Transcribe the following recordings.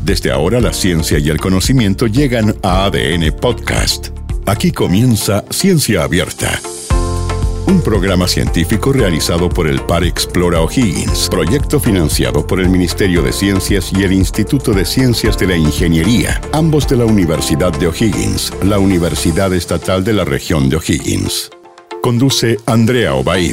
Desde ahora la ciencia y el conocimiento llegan a ADN Podcast. Aquí comienza Ciencia Abierta, un programa científico realizado por el Par Explora O'Higgins, proyecto financiado por el Ministerio de Ciencias y el Instituto de Ciencias de la Ingeniería, ambos de la Universidad de O'Higgins, la Universidad Estatal de la Región de O'Higgins. Conduce Andrea Obaid.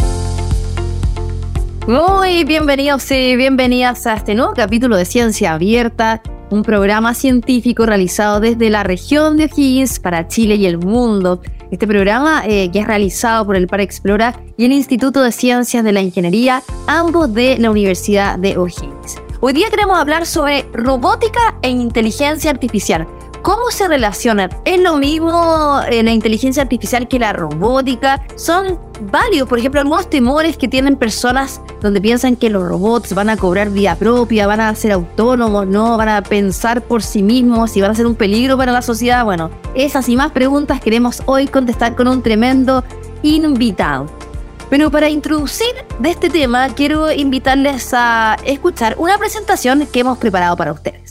Muy bienvenidos y bienvenidas a este nuevo capítulo de Ciencia Abierta, un programa científico realizado desde la región de O'Higgins para Chile y el mundo. Este programa que es realizado por el Par Explora y el Instituto de Ciencias de la Ingeniería, ambos de la Universidad de O'Higgins. Hoy día queremos hablar sobre robótica e inteligencia artificial. ¿Cómo se relacionan? ¿Es lo mismo la inteligencia artificial que la robótica? ¿Son válidos, por ejemplo, algunos temores que tienen personas donde piensan que los robots van a cobrar vida propia, van a ser autónomos, no, van a pensar por sí mismos y van a ser un peligro para la sociedad? Bueno, esas y más preguntas queremos hoy contestar con un tremendo invitado. Pero para introducir de este tema, quiero invitarles a escuchar una presentación que hemos preparado para ustedes.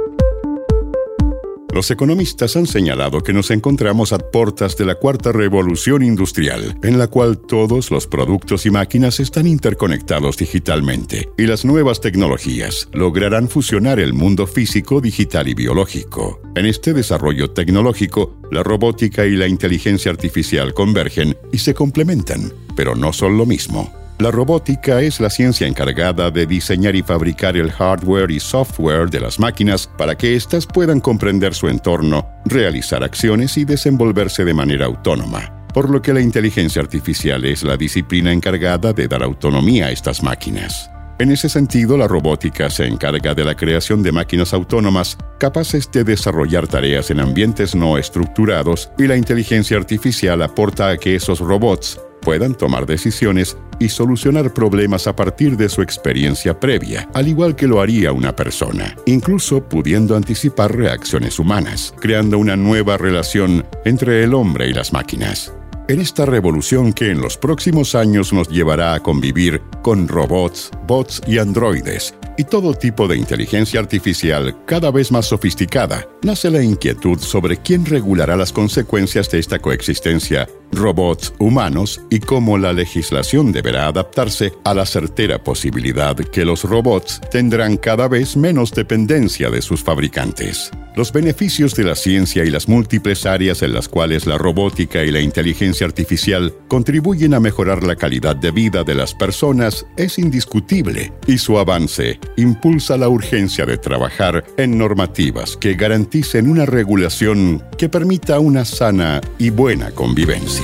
Los economistas han señalado que nos encontramos a puertas de la cuarta revolución industrial, en la cual todos los productos y máquinas están interconectados digitalmente, y las nuevas tecnologías lograrán fusionar el mundo físico, digital y biológico. En este desarrollo tecnológico, la robótica y la inteligencia artificial convergen y se complementan, pero no son lo mismo. La robótica es la ciencia encargada de diseñar y fabricar el hardware y software de las máquinas para que éstas puedan comprender su entorno, realizar acciones y desenvolverse de manera autónoma. Por lo que la inteligencia artificial es la disciplina encargada de dar autonomía a estas máquinas. En ese sentido, la robótica se encarga de la creación de máquinas autónomas capaces de desarrollar tareas en ambientes no estructurados, y la inteligencia artificial aporta a que esos robots puedan tomar decisiones y solucionar problemas a partir de su experiencia previa, al igual que lo haría una persona, incluso pudiendo anticipar reacciones humanas, creando una nueva relación entre el hombre y las máquinas. En esta revolución que en los próximos años nos llevará a convivir con robots, bots y androides, y todo tipo de inteligencia artificial cada vez más sofisticada, nace la inquietud sobre quién regulará las consecuencias de esta coexistencia robots-humanos y cómo la legislación deberá adaptarse a la certera posibilidad que los robots tendrán cada vez menos dependencia de sus fabricantes. Los beneficios de la ciencia y las múltiples áreas en las cuales la robótica y la inteligencia artificial contribuyen a mejorar la calidad de vida de las personas es indiscutible, y su avance impulsa la urgencia de trabajar en normativas que garanticen una regulación que permita una sana y buena convivencia.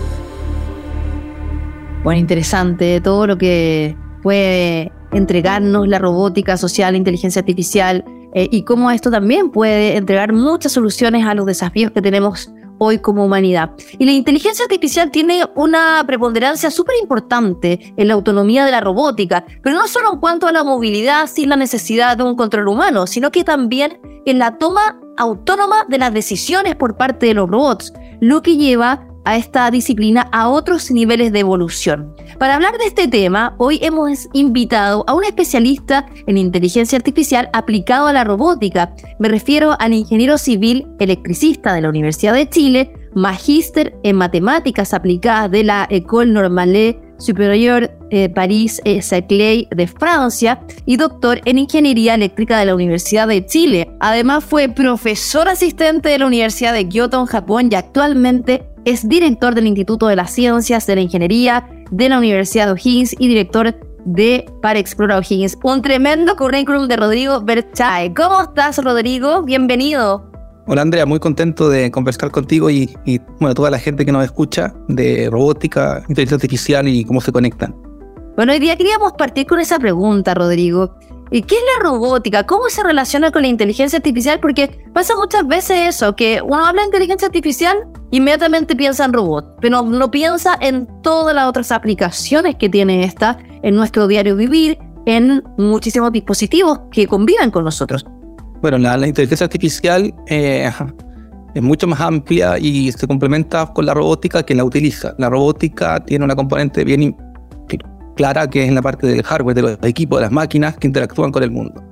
Bueno, interesante todo lo que puede entregarnos la robótica social, la inteligencia artificial, y cómo esto también puede entregar muchas soluciones a los desafíos que tenemos hoy como humanidad. Y la inteligencia artificial tiene una preponderancia súper importante en la autonomía de la robótica, pero no solo en cuanto a la movilidad sin la necesidad de un control humano, sino que también en la toma autónoma de las decisiones por parte de los robots, lo que lleva a esta disciplina a otros niveles de evolución. Para hablar de este tema, hoy hemos invitado a un especialista en inteligencia artificial aplicado a la robótica. Me refiero al ingeniero civil electricista de la Universidad de Chile, magíster en matemáticas aplicadas de la École Normale Supérieure Paris-Saclay de Francia y doctor en ingeniería eléctrica de la Universidad de Chile. Además fue profesor asistente de la Universidad de Kyoto en Japón y actualmente es director del Instituto de las Ciencias de la Ingeniería de la Universidad de O'Higgins y director de Par Explora O'Higgins. Un tremendo currículum de Rodrigo Berchay. ¿Cómo estás, Rodrigo? Bienvenido. Hola, Andrea, muy contento de conversar contigo y toda la gente que nos escucha de robótica, inteligencia artificial y cómo se conectan. Bueno, hoy día queríamos partir con esa pregunta, Rodrigo. ¿Qué es la robótica? ¿Cómo se relaciona con la inteligencia artificial? Porque pasa muchas veces eso, que uno habla de inteligencia artificial, inmediatamente piensa en robot, pero no piensa en todas las otras aplicaciones que tiene esta en nuestro diario vivir, en muchísimos dispositivos que conviven con nosotros. Bueno, la inteligencia artificial es mucho más amplia y se complementa con la robótica que la utiliza. La robótica tiene una componente bien clara, que es en la parte del hardware, de los equipos, de las máquinas que interactúan con el mundo.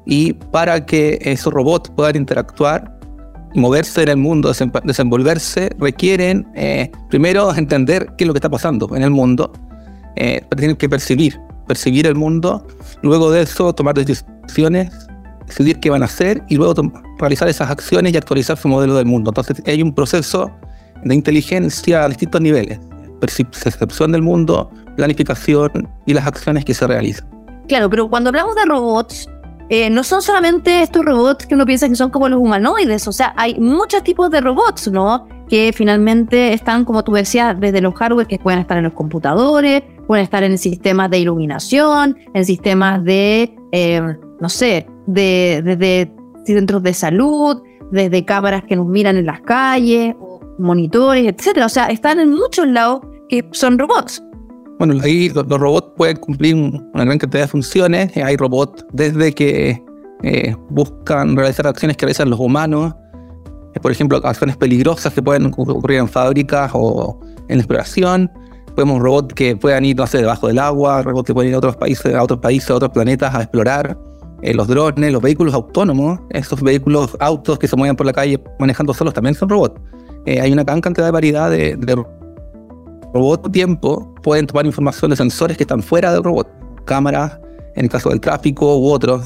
y para que esos robots puedan interactuar y moverse en el mundo, desenvolverse, requieren primero entender qué es lo que está pasando en el mundo, tienen que percibir el mundo, luego de eso tomar decisiones, decidir qué van a hacer y luego realizar esas acciones y actualizar su modelo del mundo. Entonces hay un proceso de inteligencia a distintos niveles: percepción del mundo, planificación y las acciones que se realizan. Claro, pero cuando hablamos de robots, no son solamente estos robots que uno piensa que son como los humanoides, o sea, hay muchos tipos de robots, ¿no? Que finalmente están, como tú decías, desde los hardware que pueden estar en los computadores, pueden estar en sistemas de iluminación, en sistemas de, no sé, desde centros de salud, desde cámaras que nos miran en las calles, monitores, etcétera. O sea, están en muchos lados que son robots. Bueno, ahí los robots pueden cumplir una gran cantidad de funciones. Hay robots desde que buscan realizar acciones que realizan los humanos, por ejemplo, acciones peligrosas que pueden ocurrir en fábricas o en exploración. Podemos robots que puedan ir, no sé, debajo del agua, robots que pueden ir a otros países, a otros planetas a explorar. Los drones, los vehículos autónomos, esos vehículos, autos que se mueven por la calle manejando solos, también son robots. Hay una gran cantidad de variedad de robots. Tiempo pueden tomar información de sensores que están fuera del robot, cámaras, en el caso del tráfico u otros,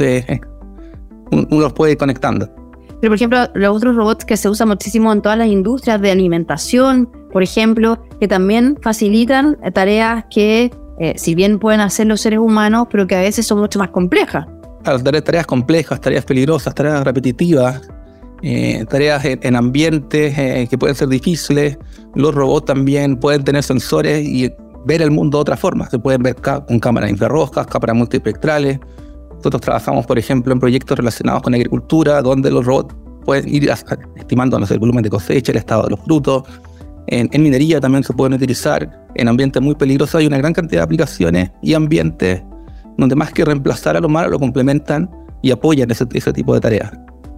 uno los puede ir conectando. Pero, por ejemplo, los otros robots que se usan muchísimo en todas las industrias de alimentación, por ejemplo, que también facilitan tareas que, si bien pueden hacer los seres humanos, pero que a veces son mucho más complejas. Claro, tareas complejas, tareas peligrosas, tareas repetitivas, tareas en ambientes que pueden ser difíciles. Los robots también pueden tener sensores y ver el mundo de otra forma. Se pueden ver con cámaras infrarrojas, cámaras multiespectrales. Nosotros trabajamos, por ejemplo, en proyectos relacionados con agricultura, donde los robots pueden ir estimando, no sé, el volumen de cosecha, el estado de los frutos. En minería también se pueden utilizar. En ambientes muy peligrosos hay una gran cantidad de aplicaciones y ambientes donde más que reemplazar al humano lo complementan y apoyan ese tipo de tareas.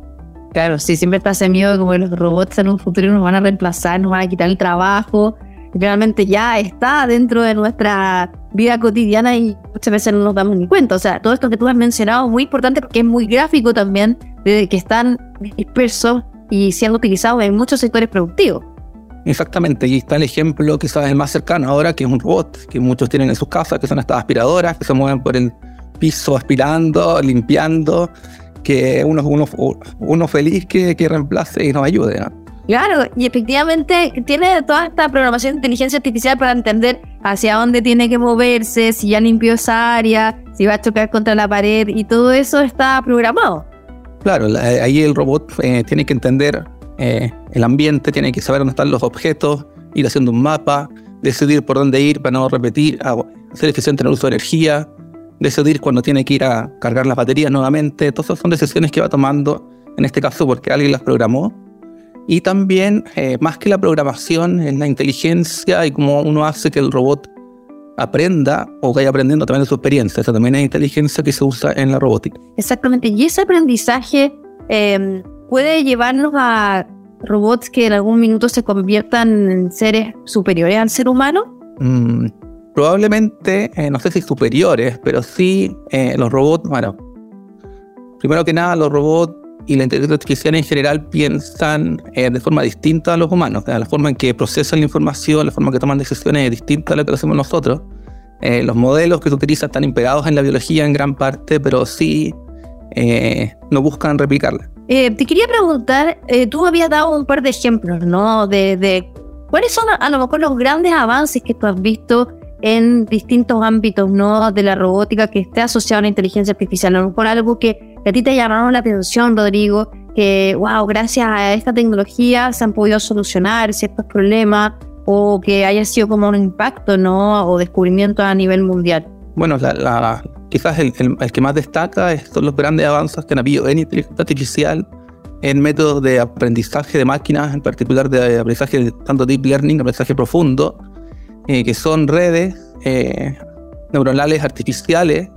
Claro, sí, siempre está ese miedo de como los robots en un futuro nos van a reemplazar, nos van a quitar el trabajo. Realmente ya está dentro de nuestra vida cotidiana y muchas veces no nos damos ni cuenta. O sea, todo esto que tú has mencionado es muy importante porque es muy gráfico también, de que están dispersos y siendo utilizados en muchos sectores productivos. Exactamente, y está el ejemplo quizás el más cercano ahora, que es un robot que muchos tienen en sus casas, que son estas aspiradoras que se mueven por el piso aspirando, limpiando, que uno feliz que reemplace y nos ayude, ¿no? Claro, y efectivamente tiene toda esta programación de inteligencia artificial para entender hacia dónde tiene que moverse, si ya limpió esa área, si va a chocar contra la pared, y todo eso está programado. Claro, ahí el robot tiene que entender el ambiente, tiene que saber dónde están los objetos, ir haciendo un mapa, decidir por dónde ir para no repetir, ser eficiente en el uso de energía, decidir cuándo tiene que ir a cargar las baterías nuevamente. Todas esas son decisiones que va tomando, en este caso porque alguien las programó. Y también, más que la programación, es la inteligencia y cómo uno hace que el robot aprenda o vaya aprendiendo también de su experiencia. Esa también es inteligencia que se usa en la robótica. Exactamente, y ese aprendizaje puede llevarnos a robots que en algún minuto se conviertan en seres superiores al ser humano. Probablemente, no sé si superiores, pero sí los robots, bueno, primero que nada los robots y la inteligencia artificial en general piensan de forma distinta a los humanos. La forma en que procesan la información, la forma en que toman decisiones es distinta a la que lo hacemos nosotros. Los modelos que se utilizan están inspirados en la biología en gran parte, pero sí no buscan replicarla. Te quería preguntar, tú habías dado un par de ejemplos, ¿no? De cuáles son a lo mejor los grandes avances que tú has visto en distintos ámbitos, ¿no? De la robótica que esté asociado a la inteligencia artificial. A lo mejor algo que a ti te llamaron la atención, Rodrigo, que wow, gracias a esta tecnología se han podido solucionar ciertos problemas o que haya sido como un impacto, ¿no? O descubrimiento a nivel mundial. Bueno, quizás el que más destaca son los grandes avances que han habido en inteligencia artificial, en métodos de aprendizaje de máquinas, en particular de aprendizaje tanto deep learning, aprendizaje profundo, que son redes neuronales artificiales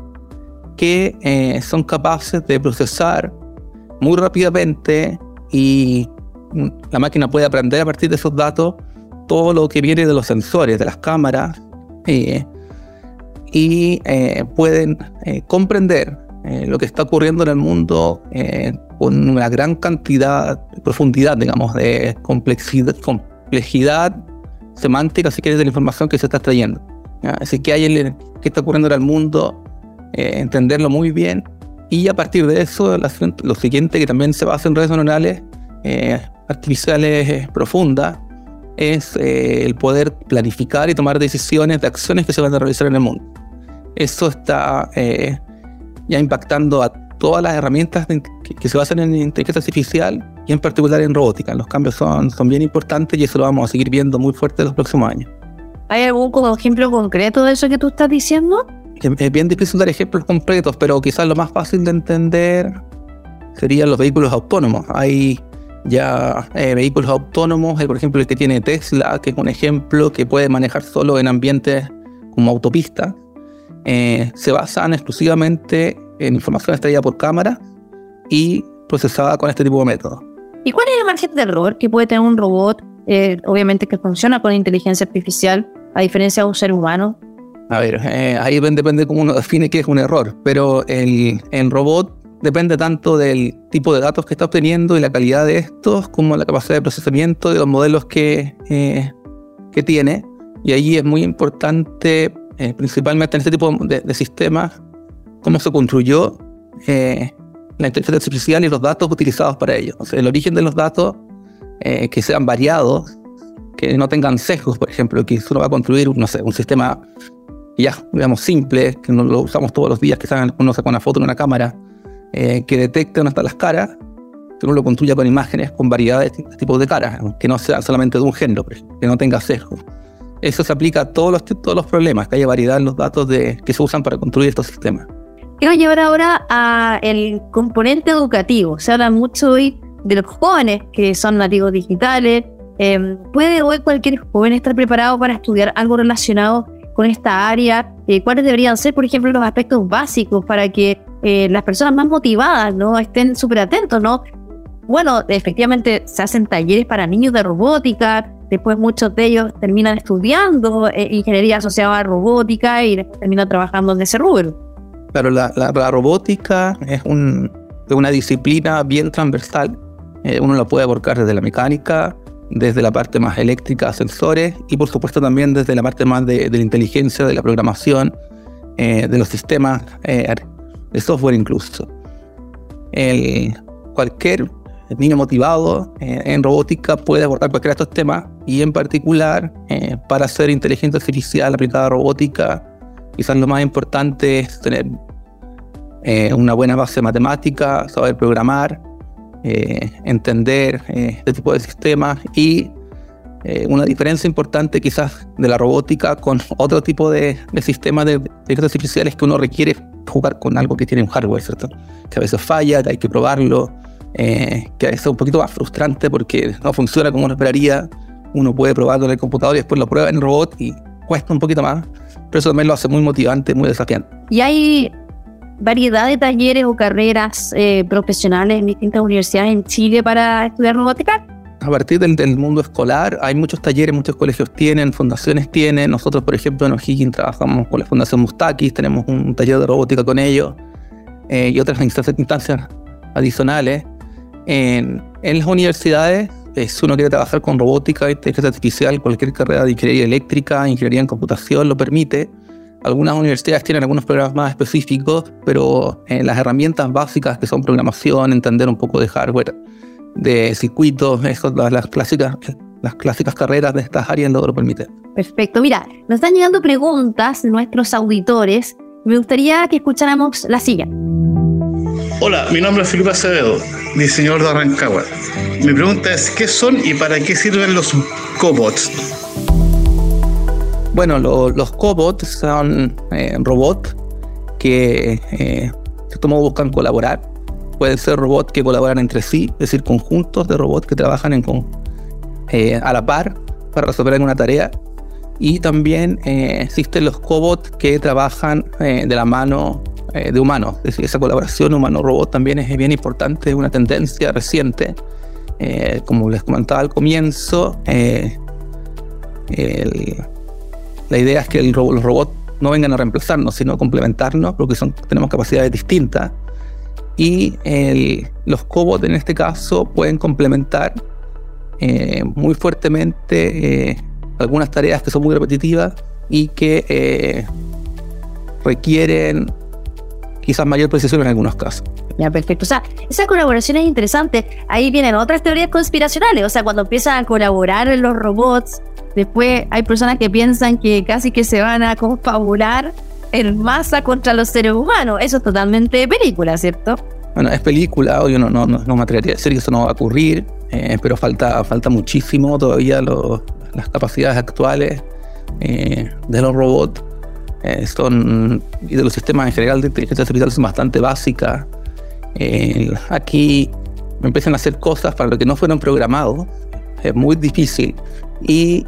que son capaces de procesar muy rápidamente y la máquina puede aprender a partir de esos datos todo lo que viene de los sensores, de las cámaras, y pueden comprender lo que está ocurriendo en el mundo con una gran cantidad, profundidad, digamos, de complejidad semántica, si quieres, de la información que se está extrayendo. Así que qué está ocurriendo en el mundo, entenderlo muy bien, y a partir de eso, lo siguiente que también se basa en redes neuronales artificiales profundas es el poder planificar y tomar decisiones de acciones que se van a realizar en el mundo. Eso está ya impactando a todas las herramientas que se basan en inteligencia artificial y en particular en robótica. Los cambios son bien importantes y eso lo vamos a seguir viendo muy fuerte en los próximos años. ¿Hay algún como ejemplo concreto de eso que tú estás diciendo? Es bien difícil dar ejemplos concretos, pero quizás lo más fácil de entender serían los vehículos autónomos. Hay ya vehículos autónomos, por ejemplo el que tiene Tesla, que es un ejemplo que puede manejar solo en ambientes como autopistas. Se basan exclusivamente en información extraída por cámara y procesada con este tipo de métodos. ¿Y cuál es el margen de error que puede tener un robot, obviamente que funciona con inteligencia artificial, a diferencia de un ser humano? A ver, ahí depende cómo uno define qué es un error, pero el robot depende tanto del tipo de datos que está obteniendo y la calidad de estos, como la capacidad de procesamiento de los modelos que tiene. Y ahí es muy importante, principalmente en este tipo de sistemas, cómo se construyó la inteligencia artificial y los datos utilizados para ello. O sea, el origen de los datos, que sean variados, que no tengan sesgos, por ejemplo, que uno va a construir un sistema ya, digamos, simple, que no lo usamos todos los días, que uno saca una foto en una cámara, que detecte dónde están las caras, que uno lo construya con imágenes con variedades de tipos de caras, que no sea solamente de un género, que no tenga sesgos. Eso se aplica a todos los problemas, que haya variedad en los datos que se usan para construir estos sistemas. Quiero llevar ahora al componente educativo. Se habla mucho hoy de los jóvenes que son nativos digitales. ¿Puede hoy cualquier joven estar preparado para estudiar algo relacionado con esta área? ¿Cuáles deberían ser, por ejemplo, los aspectos básicos para que las personas más motivadas, ¿no?, estén súper atentos, ¿no? Bueno, efectivamente se hacen talleres para niños de robótica, después muchos de ellos terminan estudiando ingeniería asociada a robótica y después terminan trabajando en ese rubro. Claro, la robótica es una disciplina bien transversal. Uno la puede abarcar desde la mecánica, desde la parte más eléctrica, sensores, y por supuesto también desde la parte más de la inteligencia, de la programación, de los sistemas de software incluso. Cualquier niño motivado en robótica puede abordar cualquiera de estos temas, y en particular para hacer inteligencia artificial aplicada a robótica, quizás lo más importante es tener una buena base matemática, saber programar, entender este tipo de sistemas, y una diferencia importante quizás de la robótica con otro tipo de sistemas de inteligencia artificial es que uno requiere jugar con algo que tiene un hardware, ¿cierto? Que a veces falla, que hay que probarlo, que a veces es un poquito más frustrante porque no funciona como uno esperaría. Uno puede probarlo en el computador y después lo prueba en el robot y cuesta un poquito más, pero eso también lo hace muy motivante, muy desafiante. Y hay variedad de talleres o carreras profesionales en distintas universidades en Chile para estudiar robótica. A partir del mundo escolar hay muchos talleres, muchos colegios tienen, fundaciones tienen. Nosotros, por ejemplo, en O'Higgins trabajamos con la Fundación Mustakis, tenemos un taller de robótica con ellos, y otras instancias adicionales. En las universidades, si uno quiere trabajar con robótica, inteligencia artificial, cualquier carrera de ingeniería eléctrica, ingeniería en computación lo permite. Algunas universidades tienen algunos programas más específicos, pero las herramientas básicas que son programación, entender un poco de hardware, de circuitos, eso, las clásicas carreras de estas áreas lo permiten. Perfecto. Mira, nos están llegando preguntas de nuestros auditores. Me gustaría que escucháramos la siguiente. Hola, mi nombre es Felipe Acevedo, diseñador de Rancagua. Mi pregunta es, ¿qué son y para qué sirven los cobots? Bueno, los cobots son robots que de cierto modo buscan colaborar. Pueden ser robots que colaboran entre sí, es decir, conjuntos de robots que trabajan a la par para resolver una tarea. Y también existen los cobots que trabajan de la mano de humanos. Es decir, esa colaboración humano-robot también es bien importante, es una tendencia reciente. Como les comentaba al comienzo, la idea es que los robots no vengan a reemplazarnos, sino complementarnos, porque tenemos capacidades distintas. Y los cobots en este caso pueden complementar muy fuertemente algunas tareas que son muy repetitivas y que requieren quizás mayor precisión en algunos casos. Ya, perfecto. O sea, esa colaboración es interesante. Ahí vienen otras teorías conspiracionales. O sea, cuando empiezan a colaborar los robots, después hay personas que piensan que casi que se van a confabular en masa contra los seres humanos. Eso es totalmente película, ¿cierto? Bueno, es película, yo no me atrevería a decir que eso no va a ocurrir, pero falta muchísimo todavía. Las capacidades actuales de los robots y de los sistemas en general de inteligencia artificial son bastante básicas. Aquí empiezan a hacer cosas para lo que no fueron programados. Es muy difícil. Y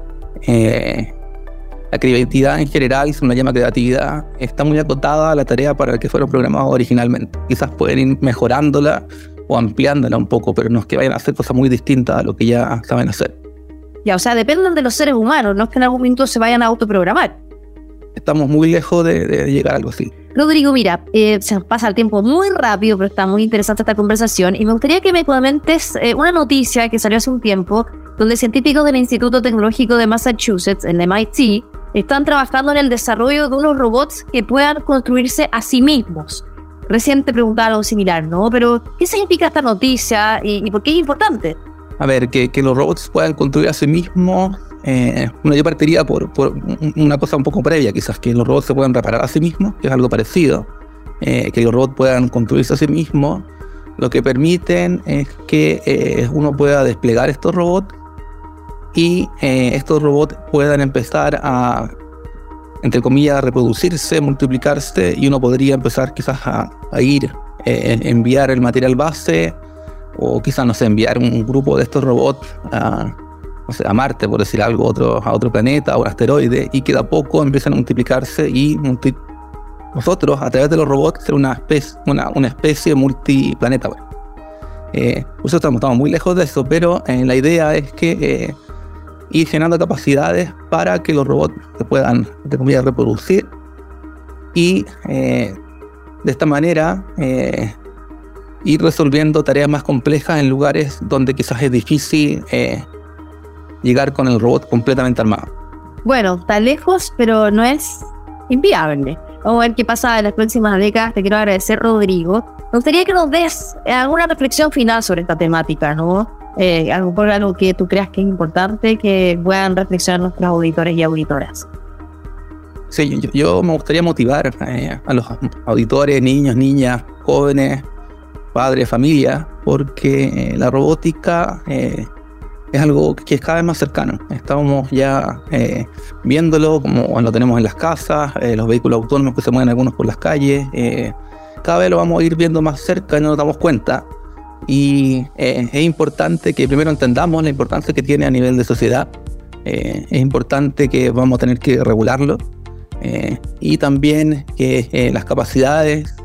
la creatividad en general, se nos llama creatividad, está muy acotada a la tarea para la que fueron programados originalmente. Quizás pueden ir mejorándola o ampliándola un poco, pero no es que vayan a hacer cosas muy distintas a lo que ya saben hacer. Ya, o sea, dependen de los seres humanos, no es que en algún momento se vayan a autoprogramar. Estamos muy lejos de llegar a algo así. Rodrigo, mira, se nos pasa el tiempo muy rápido, pero está muy interesante esta conversación y me gustaría que me comentes una noticia que salió hace un tiempo, donde científicos del Instituto Tecnológico de Massachusetts, el MIT, están trabajando en el desarrollo de unos robots que puedan construirse a sí mismos. Recién te preguntaba algo similar, ¿no? Pero, ¿qué significa esta noticia y por qué es importante? A ver, que los robots puedan construir a sí mismos. Yo partiría por una cosa un poco previa, quizás, que los robots se puedan reparar a sí mismos, que es algo parecido. Que los robots puedan construirse a sí mismos, lo que permiten es que uno pueda desplegar estos robots y estos robots puedan empezar a, entre comillas, reproducirse, multiplicarse, y uno podría empezar quizás a ir, enviar el material base, o quizás, no sé, enviar un grupo de estos robots a Marte, por decir algo, a otro planeta, a un asteroide, y que de a poco empiezan a multiplicarse y nosotros, a través de los robots, ser una especie multiplaneta. Por eso estamos muy lejos de eso, pero la idea es que ir generando capacidades para que los robots se puedan, entre comillas, reproducir y de esta manera ir resolviendo tareas más complejas en lugares donde quizás es difícil llegar con el robot completamente armado. Bueno, está lejos, pero no es inviable. Vamos a ver qué pasa en las próximas décadas. Te quiero agradecer, Rodrigo. Me gustaría que nos des alguna reflexión final sobre esta temática, ¿no? Algo que tú creas que es importante que puedan reflexionar nuestros auditores y auditoras. Sí, yo me gustaría motivar a los auditores, niños, niñas, jóvenes, padres, familia, porque la robótica es algo que es cada vez más cercano. Estamos ya viéndolo como lo tenemos en las casas, los vehículos autónomos que se mueven algunos por las calles. Cada vez lo vamos a ir viendo más cerca y no nos damos cuenta. Y es importante que primero entendamos la importancia que tiene a nivel de sociedad. Es importante que vamos a tener que regularlo. Y también que las capacidades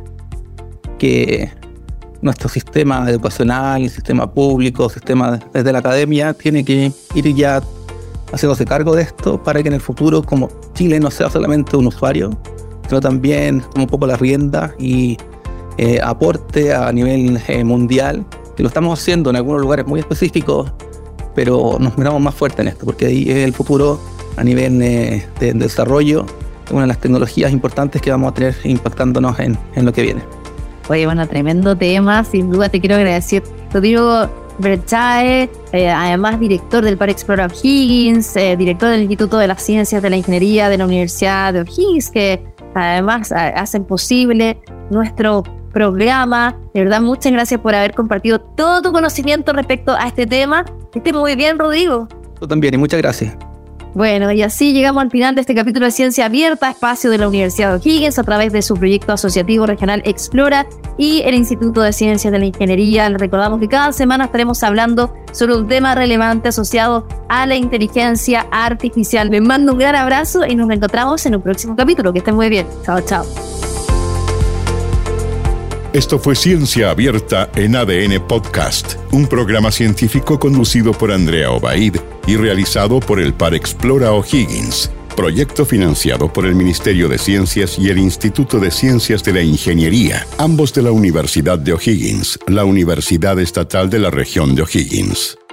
que nuestro sistema educacional, sistema público, sistema desde la academia, tiene que ir ya haciéndose cargo de esto para que en el futuro, como Chile no sea solamente un usuario, sino también un poco la rienda y aporte a nivel mundial, que lo estamos haciendo en algunos lugares muy específicos, pero nos miramos más fuerte en esto, porque ahí es el futuro a nivel de desarrollo, una de las tecnologías importantes que vamos a tener impactándonos en lo que viene. Oye, bueno, tremendo tema, sin duda te quiero agradecer. Rodrigo Berchae, además director del Parque Explora O'Higgins, director del Instituto de las Ciencias de la Ingeniería de la Universidad de O'Higgins, que además hacen posible nuestro programa. De verdad, muchas gracias por haber compartido todo tu conocimiento respecto a este tema. Que estés muy bien, Rodrigo. Tú también, y muchas gracias. Bueno, y así llegamos al final de este capítulo de Ciencia Abierta, espacio de la Universidad de O'Higgins a través de su proyecto asociativo regional Explora y el Instituto de Ciencias de la Ingeniería. Les recordamos que cada semana estaremos hablando sobre un tema relevante asociado a la inteligencia artificial. Les mando un gran abrazo y nos encontramos en un próximo capítulo. Que estén muy bien. Chao, chao. Esto fue Ciencia Abierta en ADN Podcast, un programa científico conducido por Andrea Obaid y realizado por el Par Explora O'Higgins. Proyecto financiado por el Ministerio de Ciencias y el Instituto de Ciencias de la Ingeniería, ambos de la Universidad de O'Higgins, la Universidad Estatal de la Región de O'Higgins.